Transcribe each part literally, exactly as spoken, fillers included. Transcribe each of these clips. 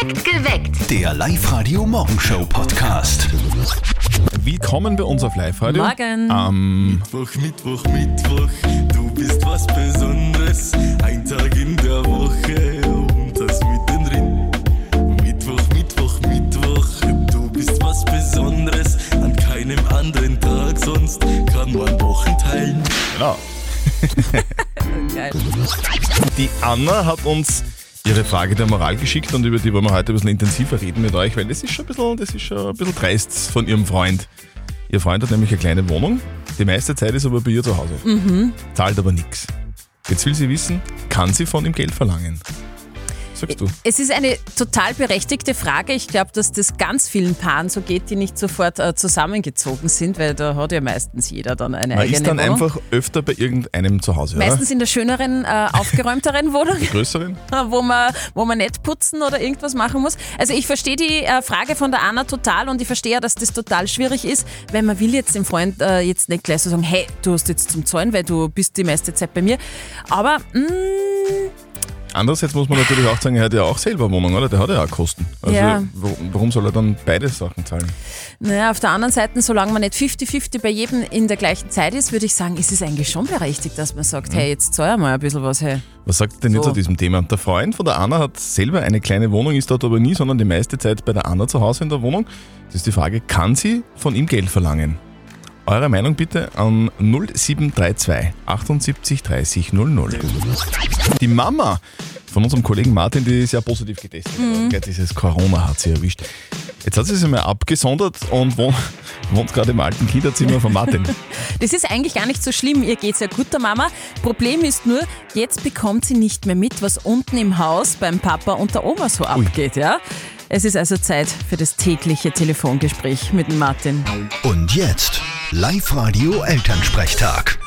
Geweckt. Der Live-Radio-Morgenshow-Podcast. Willkommen bei uns auf Live-Radio. Morgen. Ähm, Mittwoch, Mittwoch, Mittwoch, du bist was Besonderes. Ein Tag in der Woche und das mittendrin. Mittwoch, Mittwoch, Mittwoch, du bist was Besonderes. An keinem anderen Tag sonst kann man Wochen teilen. genau. Geil. Die Anna hat uns ihre Frage der Moral geschickt und über die wollen wir heute ein bisschen intensiver reden mit euch, weil das ist schon ein bisschen, das ist schon ein bisschen dreist von ihrem Freund. Ihr Freund hat nämlich eine kleine Wohnung, die meiste Zeit ist aber bei ihr zu Hause. Mhm. Zahlt aber nichts. Jetzt will sie wissen, kann sie von ihm Geld verlangen? Sagst du? Es ist eine total berechtigte Frage. Ich glaube, dass das ganz vielen Paaren so geht, die nicht sofort äh, zusammengezogen sind, weil da hat ja meistens jeder dann eine Man eigene ist dann Wohnung. einfach öfter bei irgendeinem zu Hause, Meistens in der schöneren, äh, aufgeräumteren Wohnung, oder? Größeren? wo man, wo man nicht putzen oder irgendwas machen muss. Also ich verstehe die äh, Frage von der Anna total und ich verstehe ja, dass das total schwierig ist, weil man will jetzt dem Freund äh, jetzt nicht gleich so sagen, hey, du hast jetzt zum Zahlen, weil du bist die meiste Zeit bei mir. Aber mh, Andererseits muss man natürlich auch sagen, er hat ja auch selber Wohnung, oder? Der hat ja auch Kosten. Also Ja. wo- warum soll er dann beide Sachen zahlen? naja, auf der anderen Seite, solange man nicht fünfzig fünfzig bei jedem in der gleichen Zeit ist, würde ich sagen, ist es eigentlich schon berechtigt, dass man sagt, hey, jetzt zahl mal ein bisschen was, hey. Was sagt denn jetzt So. zu diesem Thema? Der Freund von der Anna hat selber eine kleine Wohnung, ist dort aber nie, sondern die meiste Zeit bei der Anna zu Hause in der Wohnung. Das ist die Frage, kann sie von ihm Geld verlangen? Eure Meinung bitte an null sieben drei zwei achtundsiebzig dreißig null null. Die Mama von unserem Kollegen Martin, die ist ja positiv getestet. Mhm. Dieses Corona hat sie erwischt. Jetzt hat sie sich mal abgesondert und wohnt, wohnt gerade im alten Kinderzimmer von Martin. Das ist eigentlich gar nicht so schlimm, ihr geht's ja gut der Mama. Problem ist nur, jetzt bekommt sie nicht mehr mit, was unten im Haus beim Papa und der Oma so abgeht, ja? Es ist also Zeit für das tägliche Telefongespräch mit dem Martin. Und jetzt Live-Radio Elternsprechtag.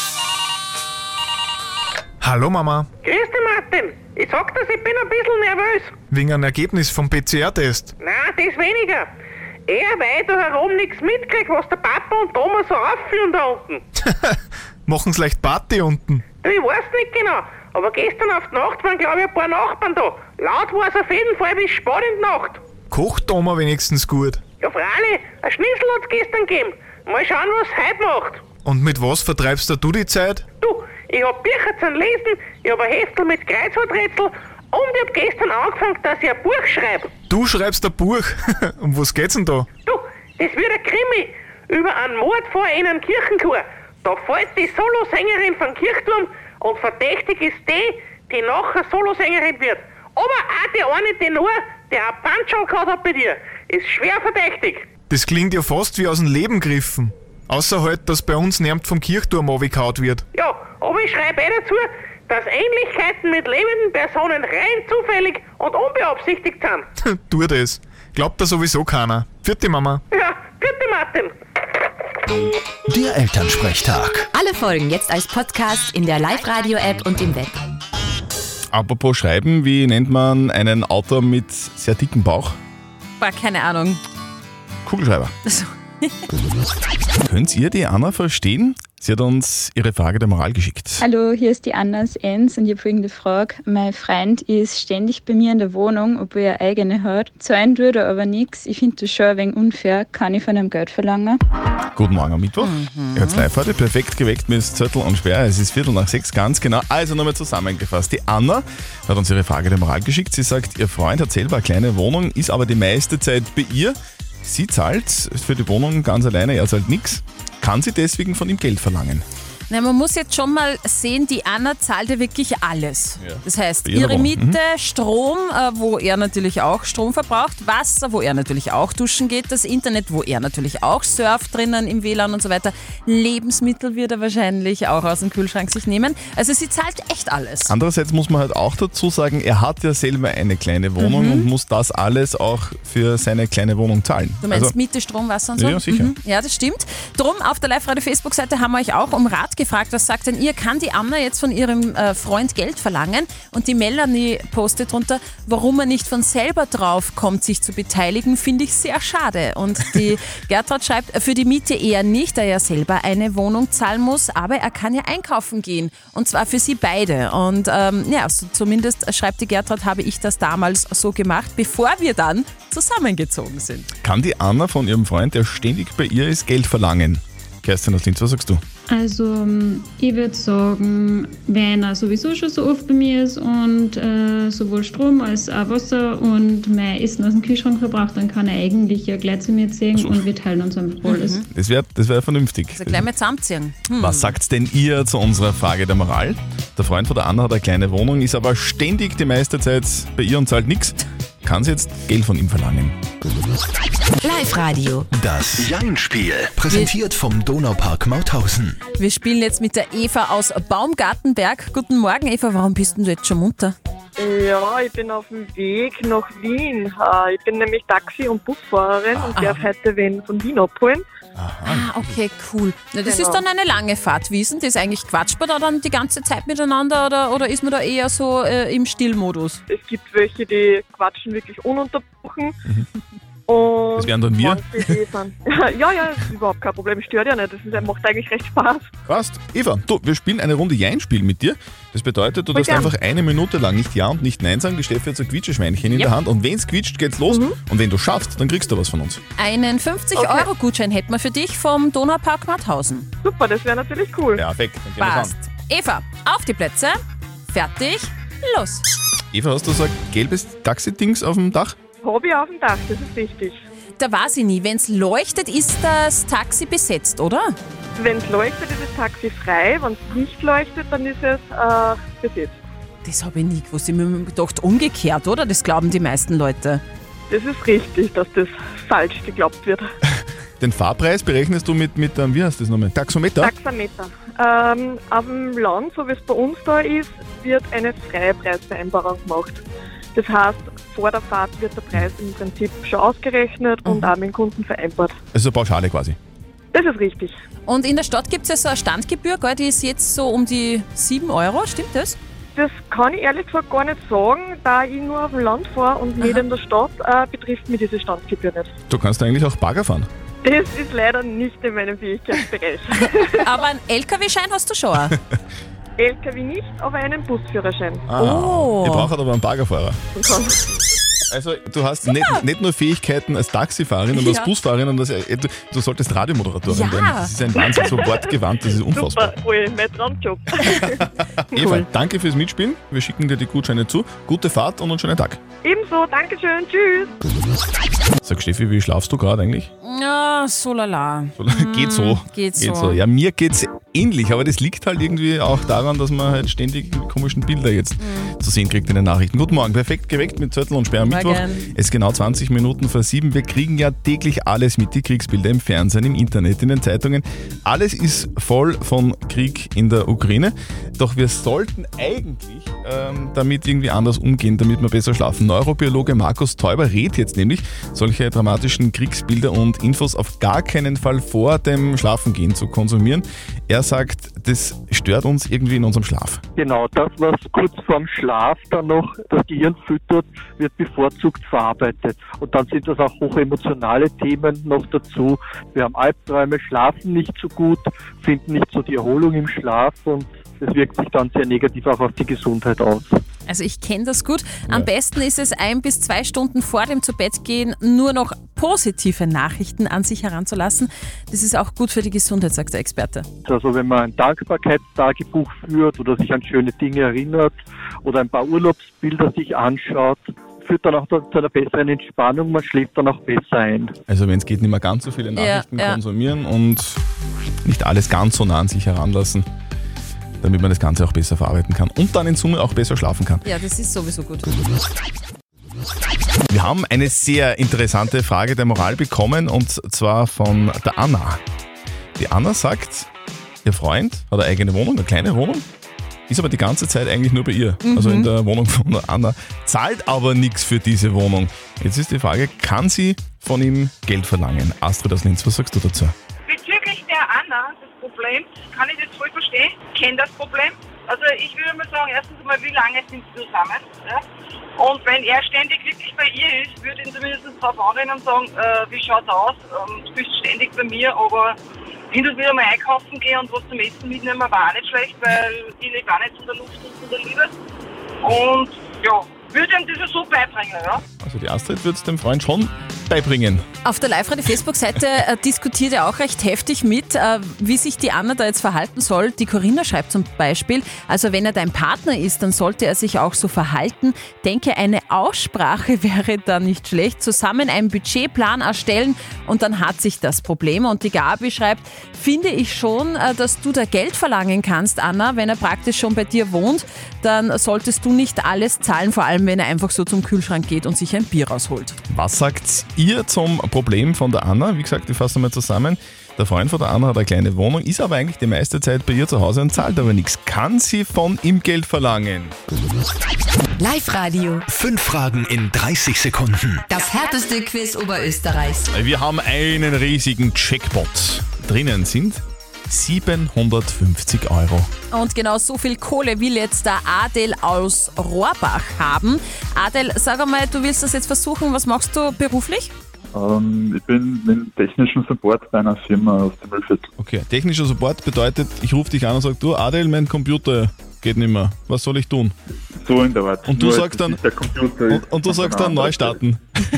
Hallo Mama, Grüß dich, Martin. Ich sag das, ich bin ein bisschen nervös. wegen einem Ergebnis vom P C R-Test. Nein, das weniger. Eher weil ich da herum nichts mitkrieg, was der Papa und die Oma so aufführen da unten. Machen's leicht Party unten. Du, ich weiß nicht genau, aber gestern auf die Nacht waren, glaube ich, ein paar Nachbarn da. Laut war es auf jeden Fall bis spät in die Nacht. Kocht die Oma wenigstens gut. Ja, freilich, ein Schnitzel hat es gestern gegeben. Mal schauen, was es heute macht. Und mit was vertreibst du die Zeit? Du, ich hab Bücher zum Lesen, ich hab ein Heftel mit Kreuzworträtsel und ich hab gestern angefangen, dass ich ein Buch schreibe. Du schreibst ein Buch. Um was geht's denn da? Du, das wird ein Krimi über einen Mordfall in einem Kirchenchor. Da fällt die Solosängerin vom Kirchturm und verdächtig ist die, die nachher Solosängerin wird. Aber auch der eine Tenor, der ein Punch gehabt hat bei dir, ist schwer verdächtig. Das klingt ja fast wie aus dem Leben gegriffen. Außer halt, dass bei uns niemand vom Kirchturm runtergehauen wird. Ja, aber ich schreibe eh dazu, dass Ähnlichkeiten mit lebenden Personen rein zufällig und unbeabsichtigt sind. Tu das. Glaubt da sowieso keiner. Vierte Mama. Ja, bitte Martin. Der Elternsprechtag. Alle Folgen jetzt als Podcast in der Live-Radio-App und im Web. Apropos Schreiben, wie nennt man einen Autor mit sehr dickem Bauch? War keine Ahnung. Kugelschreiber. Also, Könnt ihr die Anna verstehen? Sie hat uns ihre Frage der Moral geschickt. Hallo, hier ist die Anna aus Enns und ich habe folgende Frage. Mein Freund ist ständig bei mir in der Wohnung, obwohl er eigene hat. Zahlen tut er aber nichts. Ich finde das schon ein wenig unfair. Kann ich von ihm Geld verlangen? Guten Morgen am Mittwoch. Ihr hört live heute, perfekt geweckt mit Zettel und Sperr. Es ist Viertel nach sechs, ganz genau. Also nochmal zusammengefasst. Die Anna hat uns ihre Frage der Moral geschickt. Sie sagt, ihr Freund hat selber eine kleine Wohnung, ist aber die meiste Zeit bei ihr. Sie zahlt für die Wohnung ganz alleine, er zahlt nichts. Kann sie deswegen von ihm Geld verlangen? na, man muss jetzt schon mal sehen, die Anna zahlt ja wirklich alles. Ja. Das heißt, Bei ihrer ihre Wohnung. Miete, Strom, äh, wo er natürlich auch Strom verbraucht, Wasser, wo er natürlich auch duschen geht, das Internet, wo er natürlich auch surft drinnen im W L A N und so weiter. Lebensmittel wird er wahrscheinlich auch aus dem Kühlschrank sich nehmen. Also sie zahlt echt alles. Andererseits muss man halt auch dazu sagen, er hat ja selber eine kleine Wohnung Mhm. und muss das alles auch für seine kleine Wohnung zahlen. Du meinst Also, Miete, Strom, Wasser und so? Ja, sicher. Mhm. Ja, das stimmt. Drum auf der Live-Radio-Facebook-Seite haben wir euch auch um Rat gefragt, was sagt denn ihr? Kann die Anna jetzt von ihrem äh, Freund Geld verlangen? Und die Melanie postet drunter, warum er nicht von selber drauf kommt, sich zu beteiligen, finde ich sehr schade. Und die Gertrud schreibt, für die Miete eher nicht, da er selber eine Wohnung zahlen muss, aber er kann ja einkaufen gehen. Und zwar für sie beide. Und ähm, ja, so zumindest schreibt die Gertrud, habe ich das damals so gemacht, bevor wir dann zusammengezogen sind. Kann die Anna von ihrem Freund, der ständig bei ihr ist, Geld verlangen? Kerstin aus Linz, was sagst du? Also ich würde sagen, wenn er sowieso schon so oft bei mir ist und äh, sowohl Strom als auch Wasser und mein Essen aus dem Kühlschrank verbraucht, dann kann er eigentlich ja gleich zu mir ziehen so. Und wir teilen uns einfach alles. Mhm. Das wäre das wär vernünftig. Also gleich mal zusammenziehen. Hm. Was sagt denn ihr zu unserer Frage der Moral? Der Freund von der Anna hat eine kleine Wohnung, ist aber ständig die meiste Zeit bei ihr und zahlt nichts. Kann sie jetzt Geld von ihm verlangen? Live-Radio. Das Jein-Spiel. Präsentiert vom Donaupark Mauthausen. Wir spielen jetzt mit der Eva aus Baumgartenberg. Guten Morgen, Eva, warum bist denn du jetzt schon munter? Ja, ich bin auf dem Weg nach Wien. Äh, Ich bin nämlich Taxi- und Busfahrerin Ah. und darf heute wen von Wien abholen. Ah, okay, cool. Na, das Genau. ist dann eine lange Fahrt. Wie ist denn das eigentlich? Quatscht man da dann die ganze Zeit miteinander oder, oder ist man da eher so äh, im Stillmodus? Es gibt welche, die quatschen wirklich ununterbrochen. Und Das wären dann wir? manche, die sind, ja, ja, das ist überhaupt kein Problem. Stört ja nicht. Das ist, macht eigentlich recht Spaß. Passt. Eva, du, wir spielen eine Runde Jein-Spiel mit dir. Das bedeutet, du Voll darfst gern. einfach eine Minute lang nicht Ja und nicht Nein sagen. Die Steffi hat so ein Quietscheschweinchen in der Hand und wenn es quietscht, geht's los. Und wenn du schaffst, dann kriegst du was von uns. Einen fünfzig-Euro-Gutschein hätten wir für dich vom Donaupark Mauthausen. Super, das wäre natürlich cool. Perfekt, dann gehen wir's Passt. an. Eva, auf die Plätze. Fertig. Los. Eva, hast du so ein gelbes Taxi-Dings auf dem Dach? Hab ich auf dem Dach, das ist richtig. Da weiß ich nie. Wenn es leuchtet, ist das Taxi besetzt, oder? Wenn es leuchtet, ist das Taxi frei. Wenn es nicht leuchtet, dann ist es äh, besetzt. Das habe ich nie gewusst. Ich habe mir gedacht, umgekehrt, oder? Das glauben die meisten Leute. Das ist richtig, dass das falsch geglaubt wird. Den Fahrpreis berechnest du mit, mit ähm, wie heißt das nochmal? Taxometer? Taxameter. Ähm, auf dem Land, so wie es bei uns da ist, wird eine freie Preisvereinbarung gemacht. Das heißt, vor der Fahrt wird der Preis im Prinzip schon ausgerechnet und auch mit dem Kunden vereinbart. Also Pauschale quasi. Das ist richtig. Und in der Stadt gibt es ja so eine Standgebühr, gell? Die ist jetzt so um die sieben Euro, stimmt das? Das kann ich ehrlich gesagt gar nicht sagen, da ich nur auf dem Land fahre und nicht in der Stadt, äh, betrifft mich diese Standgebühr nicht. Du kannst eigentlich auch Bagger fahren. Das ist leider nicht in meinem Fähigkeitsbereich. Aber einen L K W-Schein hast du schon auch. L K W nicht, aber einen Busführerschein. Ah, Oh. Ich brauche aber einen Baggerfahrer. Kann. Also du hast nicht, nicht nur Fähigkeiten als Taxifahrerin und als Ja. Busfahrerin, und als, äh, du, du solltest Radiomoderatorin Ja. werden. Das ist ein Wahnsinn, so wortgewandt, das ist unfassbar. Super, voll, mein Traumjob. Eva, danke fürs Mitspielen. Wir schicken dir die Gutscheine zu. Gute Fahrt und einen schönen Tag. Ebenso, Dankeschön, tschüss. Sag Steffi, wie schlafst du gerade eigentlich? Ja, so lala. Geht so. geht so. Ja, mir geht's ähnlich, aber das liegt halt irgendwie auch daran, dass man halt ständig die komischen Bilder jetzt zu sehen kriegt in den Nachrichten. Guten Morgen, perfekt geweckt mit Zettel und Sperr am Mittwoch. Morgen. Es ist genau zwanzig Minuten vor sieben. Wir kriegen ja täglich alles mit, die Kriegsbilder im Fernsehen, im Internet, in den Zeitungen. Alles ist voll von Krieg in der Ukraine. Doch wir sollten eigentlich ähm, damit irgendwie anders umgehen, damit wir besser schlafen. Neurobiologe Markus Täuber rät jetzt nämlich, solche dramatischen Kriegsbilder und Infos auf gar keinen Fall vor dem Schlafengehen zu konsumieren. Er sagt, das stört uns irgendwie in unserem Schlaf. Genau, das, was kurz vorm Schlaf dann noch das Gehirn füttert, wird bevorzugt verarbeitet. Und dann sind das auch hochemotionale Themen noch dazu. Wir haben Albträume, schlafen nicht so gut, finden nicht so die Erholung im Schlaf und das wirkt sich dann sehr negativ auch auf die Gesundheit aus. Also ich kenne das gut. Am besten ist es, ein bis zwei Stunden vor dem Zubettgehen nur noch positive Nachrichten an sich heranzulassen. Das ist auch gut für die Gesundheit, sagt der Experte. Also wenn man ein Dankbarkeitstagebuch führt oder sich an schöne Dinge erinnert oder ein paar Urlaubsbilder sich anschaut, führt dann auch zu einer besseren Entspannung, man schläft dann auch besser ein. Also wenn es geht, nicht mehr ganz so viele Nachrichten Ja, ja. konsumieren und nicht alles ganz so nah an sich heranlassen, damit man das Ganze auch besser verarbeiten kann und dann in Summe auch besser schlafen kann. Ja, das ist sowieso gut. Wir haben eine sehr interessante Frage der Moral bekommen und zwar von der Anna. Die Anna sagt, ihr Freund hat eine eigene Wohnung, eine kleine Wohnung, ist aber die ganze Zeit eigentlich nur bei ihr, Mhm. also in der Wohnung von der Anna, zahlt aber nichts für diese Wohnung. Jetzt ist die Frage, kann sie von ihm Geld verlangen? Astrid aus Linz, was sagst du dazu? Bezüglich der Anna, das Problem Problem. Kann ich das voll verstehen. Ich kenne das Problem. Also ich würde mal sagen, erstens mal, wie lange sind sie zusammen? Ja? Und wenn er ständig wirklich bei ihr ist, würde ich ihn zumindest darauf anrennen und sagen, äh, wie schaut's aus? Ähm, du bist ständig bei mir, aber hin und wieder mal einkaufen gehen und was zum Essen mitnehmen war auch nicht schlecht, weil ich lebe auch nicht zu der Luft und zu der Liebe. Und ja, würde ihm das so beibringen, ja. Also die Astrid wird es dem Freund schon beibringen. Auf der Live-Radio-Facebook-Seite äh, diskutiert er auch recht heftig mit, äh, wie sich die Anna da jetzt verhalten soll. Die Corinna schreibt zum Beispiel, also wenn er dein Partner ist, dann sollte er sich auch so verhalten. Denke, eine Aussprache wäre da nicht schlecht. Zusammen einen Budgetplan erstellen und dann hat sich das Problem. Und die Gabi schreibt, finde ich schon, äh, dass du da Geld verlangen kannst, Anna. Wenn er praktisch schon bei dir wohnt, dann solltest du nicht alles zahlen, vor allem wenn er einfach so zum Kühlschrank geht und sich ein Bier rausholt. Was sagt ihr zum Problem von der Anna? Wie gesagt, ich fasse nochmal zusammen. Der Freund von der Anna hat eine kleine Wohnung, ist aber eigentlich die meiste Zeit bei ihr zu Hause und zahlt aber nichts. Kann sie von ihm Geld verlangen? Live-Radio. Fünf Fragen in dreißig Sekunden. Das härteste Quiz Oberösterreichs. Wir haben einen riesigen Jackpot. Drinnen sind siebenhundertfünfzig Euro. Und genau so viel Kohle will jetzt der Adel aus Rohrbach haben. Adel, sag einmal, du willst das jetzt versuchen. Was machst du beruflich? Ähm, ich bin im technischen Support bei einer Firma aus dem Müllviertel. Okay, technischer Support bedeutet, ich rufe dich an und sage, du Adel, mein Computer geht nicht mehr. Was soll ich tun? So in der Art. Und du Nur sagst dann, der Computer und, und du sagst dann neu starten.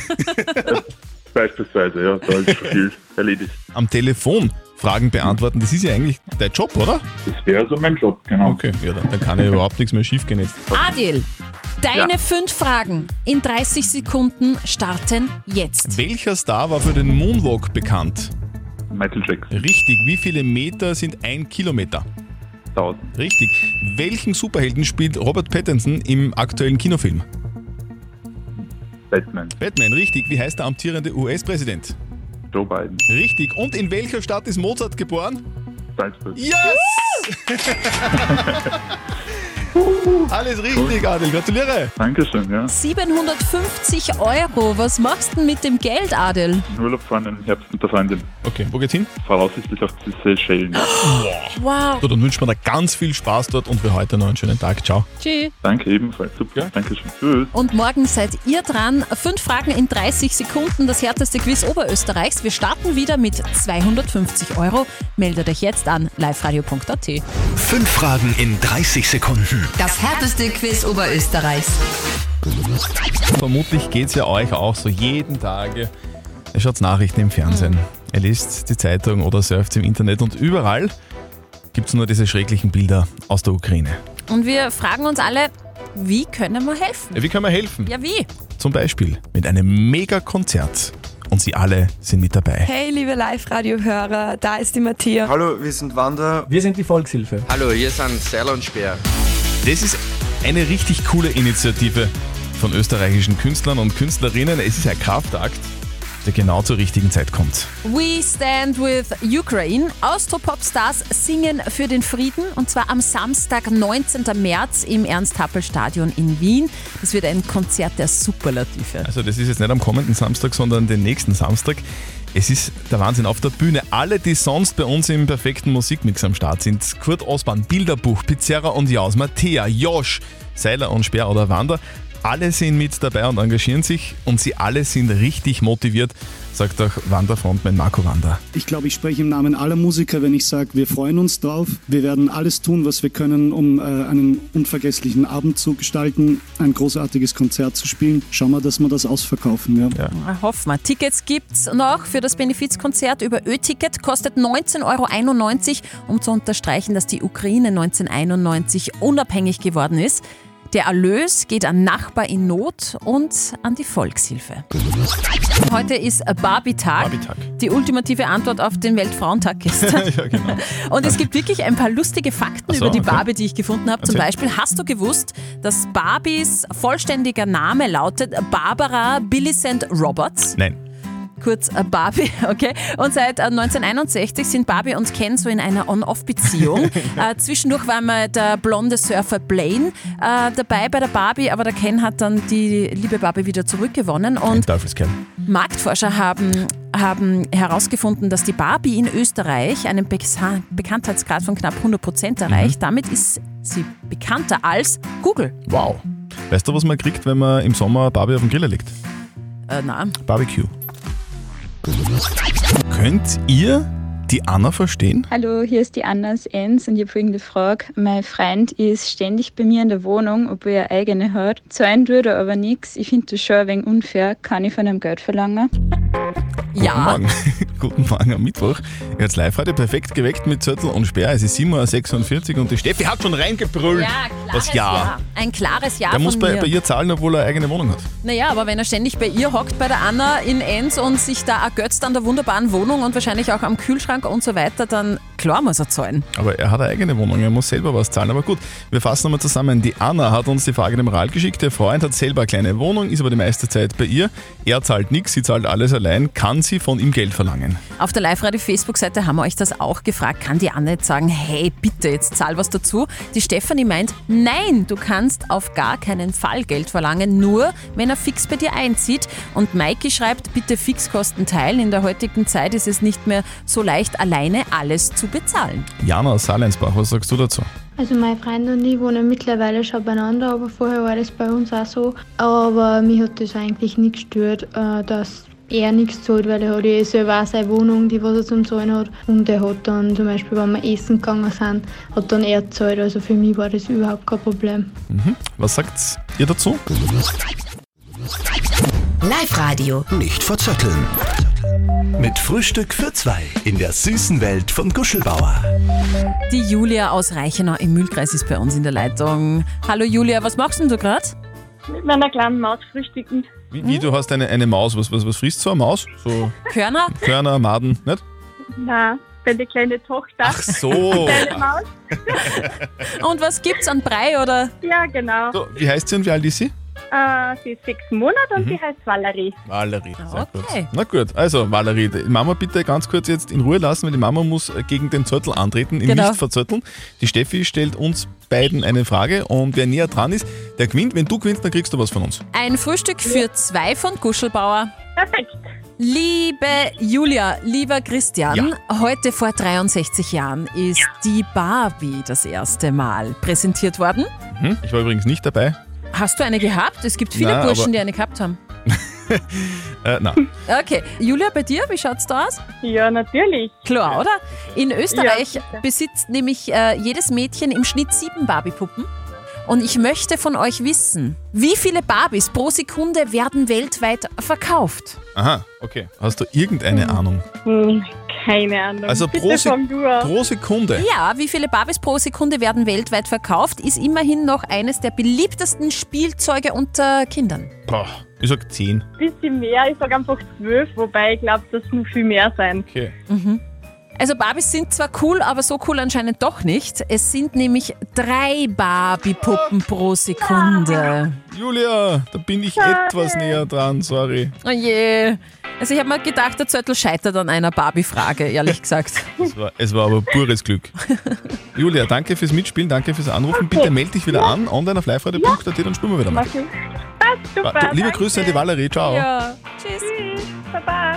Beispielsweise, ja, da ist schon viel erledigt. Am Telefon Fragen beantworten, das ist ja eigentlich dein Job, oder? Das wäre so mein Job, genau. Okay, ja, dann, dann kann ja überhaupt nichts mehr schief gehen jetzt. Adel, deine Ja. fünf Fragen in dreißig Sekunden starten jetzt. Welcher Star war für den Moonwalk bekannt? Michael Jackson. Richtig. Wie viele Meter sind ein Kilometer? tausend. Richtig. Welchen Superhelden spielt Robert Pattinson im aktuellen Kinofilm? Batman. Batman, richtig. Wie heißt der amtierende U S-Präsident? Joe Biden. Richtig. Und in welcher Stadt ist Mozart geboren? Salzburg. Yes! Alles richtig, Adel. Gratuliere. Dankeschön, ja. siebenhundertfünfzig Euro. Was machst du denn mit dem Geld, Adel? In Urlaub fahren im Herbst mit der Freundin. Okay, wo geht's hin? Voraussichtlich auf die Seychellen. Wow. So, dann wünschen wir dir ganz viel Spaß dort und für heute noch einen schönen Tag. Ciao. Tschüss. Danke ebenfalls. Super. Dankeschön. Tschüss. Und morgen seid ihr dran. Fünf Fragen in dreißig Sekunden, das härteste Quiz Oberösterreichs. Wir starten wieder mit zweihundertfünfzig Euro. Meldet euch jetzt an liveradio punkt at. Fünf Fragen in dreißig Sekunden. Das härteste Quiz Oberösterreichs. Vermutlich geht's ja euch auch so jeden Tag. Ihr schaut Nachrichten im Fernsehen, ihr lest die Zeitung oder surft im Internet und überall gibt's nur diese schrecklichen Bilder aus der Ukraine. Und wir fragen uns alle, wie können wir helfen? Ja, wie können wir helfen? Ja, wie? Zum Beispiel mit einem Mega-Konzert. Und sie alle sind mit dabei. Hey, liebe Live-Radio-Hörer, da ist die Matthias. Hallo, wir sind Wanda. Wir sind die Volkshilfe. Hallo, hier sind Seil und Speer. Das ist eine richtig coole Initiative von österreichischen Künstlern und Künstlerinnen. Es ist ein Kraftakt, der genau zur richtigen Zeit kommt. We Stand with Ukraine. Austropop-Stars singen für den Frieden und zwar am Samstag, neunzehnten März im Ernst-Happel-Stadion in Wien. Das wird ein Konzert der Superlative. Also das ist jetzt nicht am kommenden Samstag, sondern den nächsten Samstag. Es ist der Wahnsinn auf der Bühne. Alle, die sonst bei uns im perfekten Musikmix am Start sind, Kurt Osborn, Bilderbuch, Pizzerra und Jaus, Mattea, Josh, Seiler und Speer oder Wanda, alle sind mit dabei und engagieren sich und sie alle sind richtig motiviert, sagt auch Wanda-Frontman Marco Wanda. Ich glaube, ich spreche im Namen aller Musiker, wenn ich sage, wir freuen uns drauf. Wir werden alles tun, was wir können, um äh, einen unvergesslichen Abend zu gestalten, ein großartiges Konzert zu spielen. Schauen wir, dass wir das ausverkaufen. Ja. Ja. Hoffen wir. Tickets gibt's noch für das Benefizkonzert über Ö-Ticket, kostet neunzehn Euro einundneunzig, um zu unterstreichen, dass die Ukraine neunzehnhunderteinundneunzig unabhängig geworden ist. Der Erlös geht an Nachbar in Not und an die Volkshilfe. Heute ist Barbie-Tag, Barbie-Tag. Die ultimative Antwort auf den Weltfrauentag gestern. Ja, genau. Und es gibt wirklich ein paar lustige Fakten Ach so, über die okay. Barbie, die ich gefunden habe. Zum Erzähl. Beispiel, hast du gewusst, dass Barbies vollständiger Name lautet Barbara Millicent Roberts? Nein. kurz äh, Barbie, okay? Und seit äh, neunzehnhunderteinundsechzig sind Barbie und Ken so in einer On-Off-Beziehung. äh, zwischendurch war mal der blonde Surfer Blaine äh, dabei bei der Barbie, aber der Ken hat dann die liebe Barbie wieder zurückgewonnen. Und Teufelskerl. Marktforscher haben, haben herausgefunden, dass die Barbie in Österreich einen Be- Bekanntheitsgrad von knapp hundert Prozent erreicht. Mhm. Damit ist sie bekannter als Google. Wow. Weißt du, was man kriegt, wenn man im Sommer Barbie auf dem Griller legt? Äh, nein. Barbecue. Könnt ihr die Anna verstehen? Hallo, hier ist die Anna aus Enns und ich habe folgende Frage. Mein Freund ist ständig bei mir in der Wohnung, obwohl er eigene hat. Zahlen tut er aber nichts. Ich finde das schon ein wenig unfair. Kann ich von ihm Geld verlangen? Ja. Guten Morgen. Guten Morgen am Mittwoch. Ihr habt live heute perfekt geweckt mit Zettel und Sperr. Es ist sieben Uhr sechsundvierzig und die Steffi hat schon reingebrüllt. Ja, klares das Ja. Ja. Ein klares Ja Der von muss bei, mir. bei ihr zahlen, obwohl er eine eigene Wohnung hat. Naja, aber wenn er ständig bei ihr hockt, bei der Anna in Enns und sich da ergötzt an der wunderbaren Wohnung und wahrscheinlich auch am Kühlschrank und so weiter, dann klar muss er zahlen. Aber er hat eine eigene Wohnung, er muss selber was zahlen. Aber gut, wir fassen nochmal zusammen. Die Anna hat uns die Frage der Moral geschickt. Der Freund hat selber eine kleine Wohnung, ist aber die meiste Zeit bei ihr. Er zahlt nichts, sie zahlt alles allein. Kann sie von ihm Geld verlangen? Auf der Live-Radio-Facebook-Seite haben wir euch das auch gefragt. Kann die Anna jetzt sagen, hey, bitte, jetzt zahl was dazu? Die Stefanie meint, nein, du kannst auf gar keinen Fall Geld verlangen, nur wenn er fix bei dir einzieht. Und Maiki schreibt, bitte Fixkosten teilen. In der heutigen Zeit ist es nicht mehr so leicht, alleine alles zu bezahlen. Jana aus Salensbach, was sagst du dazu? Also mein Freund und ich wohnen mittlerweile schon beieinander, aber vorher war das bei uns auch so. Aber mich hat das eigentlich nicht gestört, dass er nichts zahlt, weil er hat ja selber auch seine Wohnung, die was er zum Zahlen hat. Und er hat dann zum Beispiel, wenn wir essen gegangen sind, hat dann er gezahlt. Also für mich war das überhaupt kein Problem. Mhm. Was sagt ihr dazu? Live-Radio. Nicht verzetteln. Mit Frühstück für zwei in der süßen Welt von Guschelbauer. Die Julia aus Reichenau im Mühlkreis ist bei uns in der Leitung. Hallo Julia, was machst denn du gerade? Mit meiner kleinen Maus frühstücken. Wie, wie du hast eine, eine Maus, was, was, was frisst so eine Maus? So Körner? Körner, Maden, nicht? Nein, meine kleine Tochter. Ach so. Kleine Maus. Und was gibt's an Brei, oder? Ja, genau. So, wie heißt sie und wie alt ist sie? Äh, sie ist sechs Monate und Mhm. sie heißt Valerie. Valerie, sehr Okay. gut. Na gut, also Valerie, die Mama bitte ganz kurz jetzt in Ruhe lassen, weil die Mama muss gegen den Zettel antreten, ihn Genau. nicht verzötteln. Die Steffi stellt uns beiden eine Frage und wer näher dran ist, der gewinnt. Wenn du gewinnst, dann kriegst du was von uns. Ein Frühstück für zwei von Guschelbauer. Perfekt. Liebe Julia, lieber Christian, Ja. heute vor dreiundsechzig Jahren ist die Barbie das erste Mal präsentiert worden. Mhm. Ich war übrigens nicht dabei. Hast du eine gehabt? Es gibt viele Nein, Burschen, aber- die eine gehabt haben. Äh, nein. Okay, Julia, bei dir, wie schaut's da aus? Ja, natürlich. Klar, oder? In Österreich Ja, sicher. besitzt nämlich äh, jedes Mädchen im Schnitt sieben Barbie-Puppen. Und ich möchte von euch wissen, wie viele Barbies pro Sekunde werden weltweit verkauft? Aha, okay. Hast du irgendeine Ahnung? Hm, keine Ahnung. Also Bitte pro, Se fang du an. pro Sekunde? Ja, wie viele Barbies pro Sekunde werden weltweit verkauft, ist immerhin noch eines der beliebtesten Spielzeuge unter Kindern. Boah, ich sag zehn. Bisschen mehr, ich sag einfach zwölf, wobei ich glaube, das muss viel mehr sein. Okay. Also Barbies sind zwar cool, aber so cool anscheinend doch nicht. Es sind nämlich drei Barbie-Puppen pro Sekunde. Julia, da bin ich etwas näher dran, sorry. Oh je. Also ich habe mir gedacht, der Zettel scheitert an einer Barbie-Frage, ehrlich gesagt. Es war, es war aber pures Glück. Julia, danke fürs Mitspielen, danke fürs Anrufen. Bitte melde dich wieder an, online auf liveradio punkt at, dann spielen wir wieder mal. Mach ich. Passt, super. Du, liebe danke. Grüße an die Valerie, ciao. Ja, tschüss. Tschüss, baba.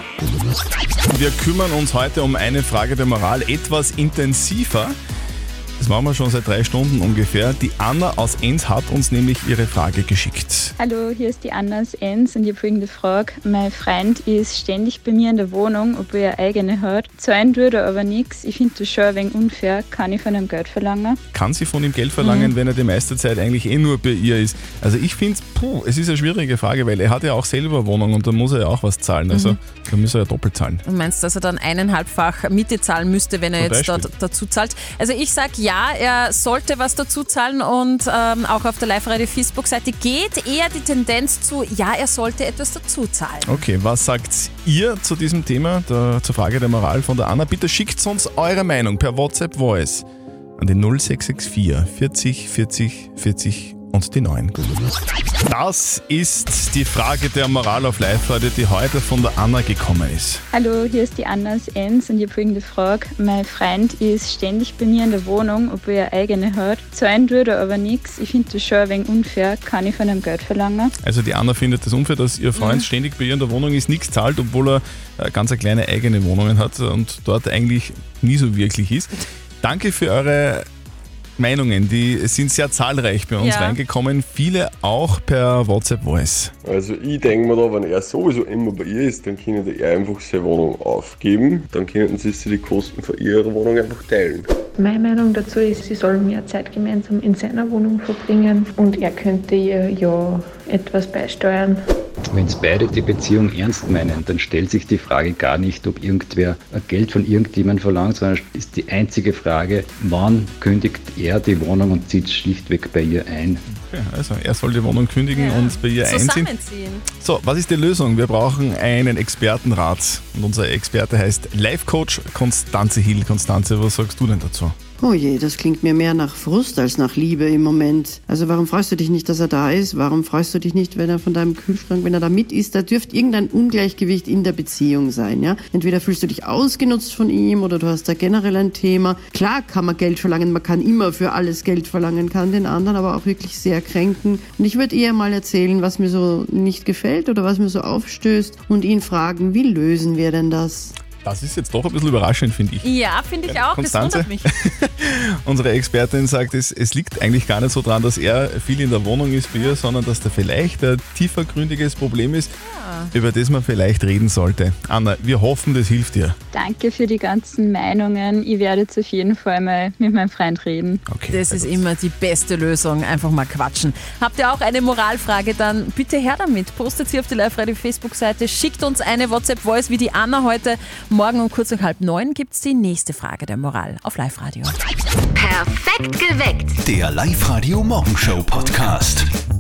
Wir kümmern uns heute um eine Frage der Moral etwas intensiver. Das machen wir schon seit drei Stunden ungefähr. Die Anna aus Enns hat uns nämlich ihre Frage geschickt. Hallo, hier ist die Anna aus Enns und ich habe folgende Frage. Mein Freund ist ständig bei mir in der Wohnung, obwohl er eigene hat. Zahlen tut er aber nichts. Ich finde das schon ein wenig unfair. Kann ich von ihm Geld verlangen? Kann sie von ihm Geld verlangen, Mhm. wenn er die meiste Zeit eigentlich eh nur bei ihr ist? Also ich finde, puh, es ist eine schwierige Frage, weil er hat ja auch selber eine Wohnung und da muss er ja auch was zahlen. Also Mhm. da muss er ja doppelt zahlen. Du meinst, dass er dann eineinhalbfach Miete zahlen müsste, wenn er Zum jetzt da, Beispiel. dazu zahlt? Also ich sage ja, er sollte was dazu zahlen und ähm, auch auf der Live-Radio-Facebook-Seite geht eher die Tendenz zu, ja, er sollte etwas dazu zahlen. Okay, was sagt ihr zu diesem Thema, der, zur Frage der Moral von der Anna? Bitte schickt uns eure Meinung per WhatsApp Voice an die null sechs sechs vier vierzig vierzig vierzig und die neun. Das ist die Frage der Moral auf Live-Radio, die heute von der Anna gekommen ist. Hallo, hier ist die Anna aus Enns und ich habe folgende Frage. Mein Freund ist ständig bei mir in der Wohnung, obwohl er eigene hat. Zahlen tut er aber nichts. Ich finde das schon ein wenig unfair. Kann ich von ihm Geld verlangen? Also die Anna findet das unfair, dass ihr Freund mhm. ständig bei ihr in der Wohnung ist, nichts zahlt, obwohl er äh, ganz eine kleine eigene Wohnung hat und dort eigentlich nie so wirklich ist. Danke für eure Meinungen, die sind sehr zahlreich bei uns ja. reingekommen, viele auch per WhatsApp-Voice. Also ich denke mir da, wenn er sowieso immer bei ihr ist, dann können die einfach seine Wohnung aufgeben, dann könnten sie sich die Kosten für ihre Wohnung einfach teilen. Meine Meinung dazu ist, sie sollen mehr Zeit gemeinsam in seiner Wohnung verbringen und er könnte ihr ja etwas beisteuern. Wenn es beide die Beziehung ernst meinen, dann stellt sich die Frage gar nicht, ob irgendwer Geld von irgendjemandem verlangt, sondern ist die einzige Frage, wann kündigt er die Wohnung und zieht schlichtweg bei ihr ein. Okay, also er soll die Wohnung kündigen ja. und bei ihr einziehen. So, was ist die Lösung? Wir brauchen einen Expertenrat und unser Experte heißt Life-Coach Konstanze Hill. Konstanze, was sagst du denn dazu? Oh je, das klingt mir mehr nach Frust als nach Liebe im Moment. Also warum freust du dich nicht, dass er da ist? Warum freust du dich nicht, wenn er von deinem Kühlschrank, wenn er da mit ist? Da dürfte irgendein Ungleichgewicht in der Beziehung sein, ja? Entweder fühlst du dich ausgenutzt von ihm oder du hast da generell ein Thema. Klar kann man Geld verlangen, man kann immer für alles Geld verlangen, kann den anderen aber auch wirklich sehr kränken. Und ich würde eher mal erzählen, was mir so nicht gefällt oder was mir so aufstößt und ihn fragen, wie lösen wir denn das? Das ist jetzt doch ein bisschen überraschend, finde ich. Ja, finde ich auch. Konstanze, das wundert mich. Unsere Expertin sagt, es, es liegt eigentlich gar nicht so dran, dass er viel in der Wohnung ist bei ihr, sondern dass da vielleicht ein tiefergründiges Problem ist, ja. über das man vielleicht reden sollte. Anna, wir hoffen, das hilft dir. Danke für die ganzen Meinungen. Ich werde jetzt auf jeden Fall mal mit meinem Freund reden. Okay, das ist gut. Immer die beste Lösung. Einfach mal quatschen. Habt ihr auch eine Moralfrage, dann bitte her damit. Postet sie auf die Live-Radio-Facebook-Seite. Schickt uns eine WhatsApp-Voice wie die Anna heute. Morgen um kurz nach halb neun gibt es die nächste Frage der Moral auf Live-Radio. Perfekt geweckt. Der Live-Radio Morgenshow Podcast.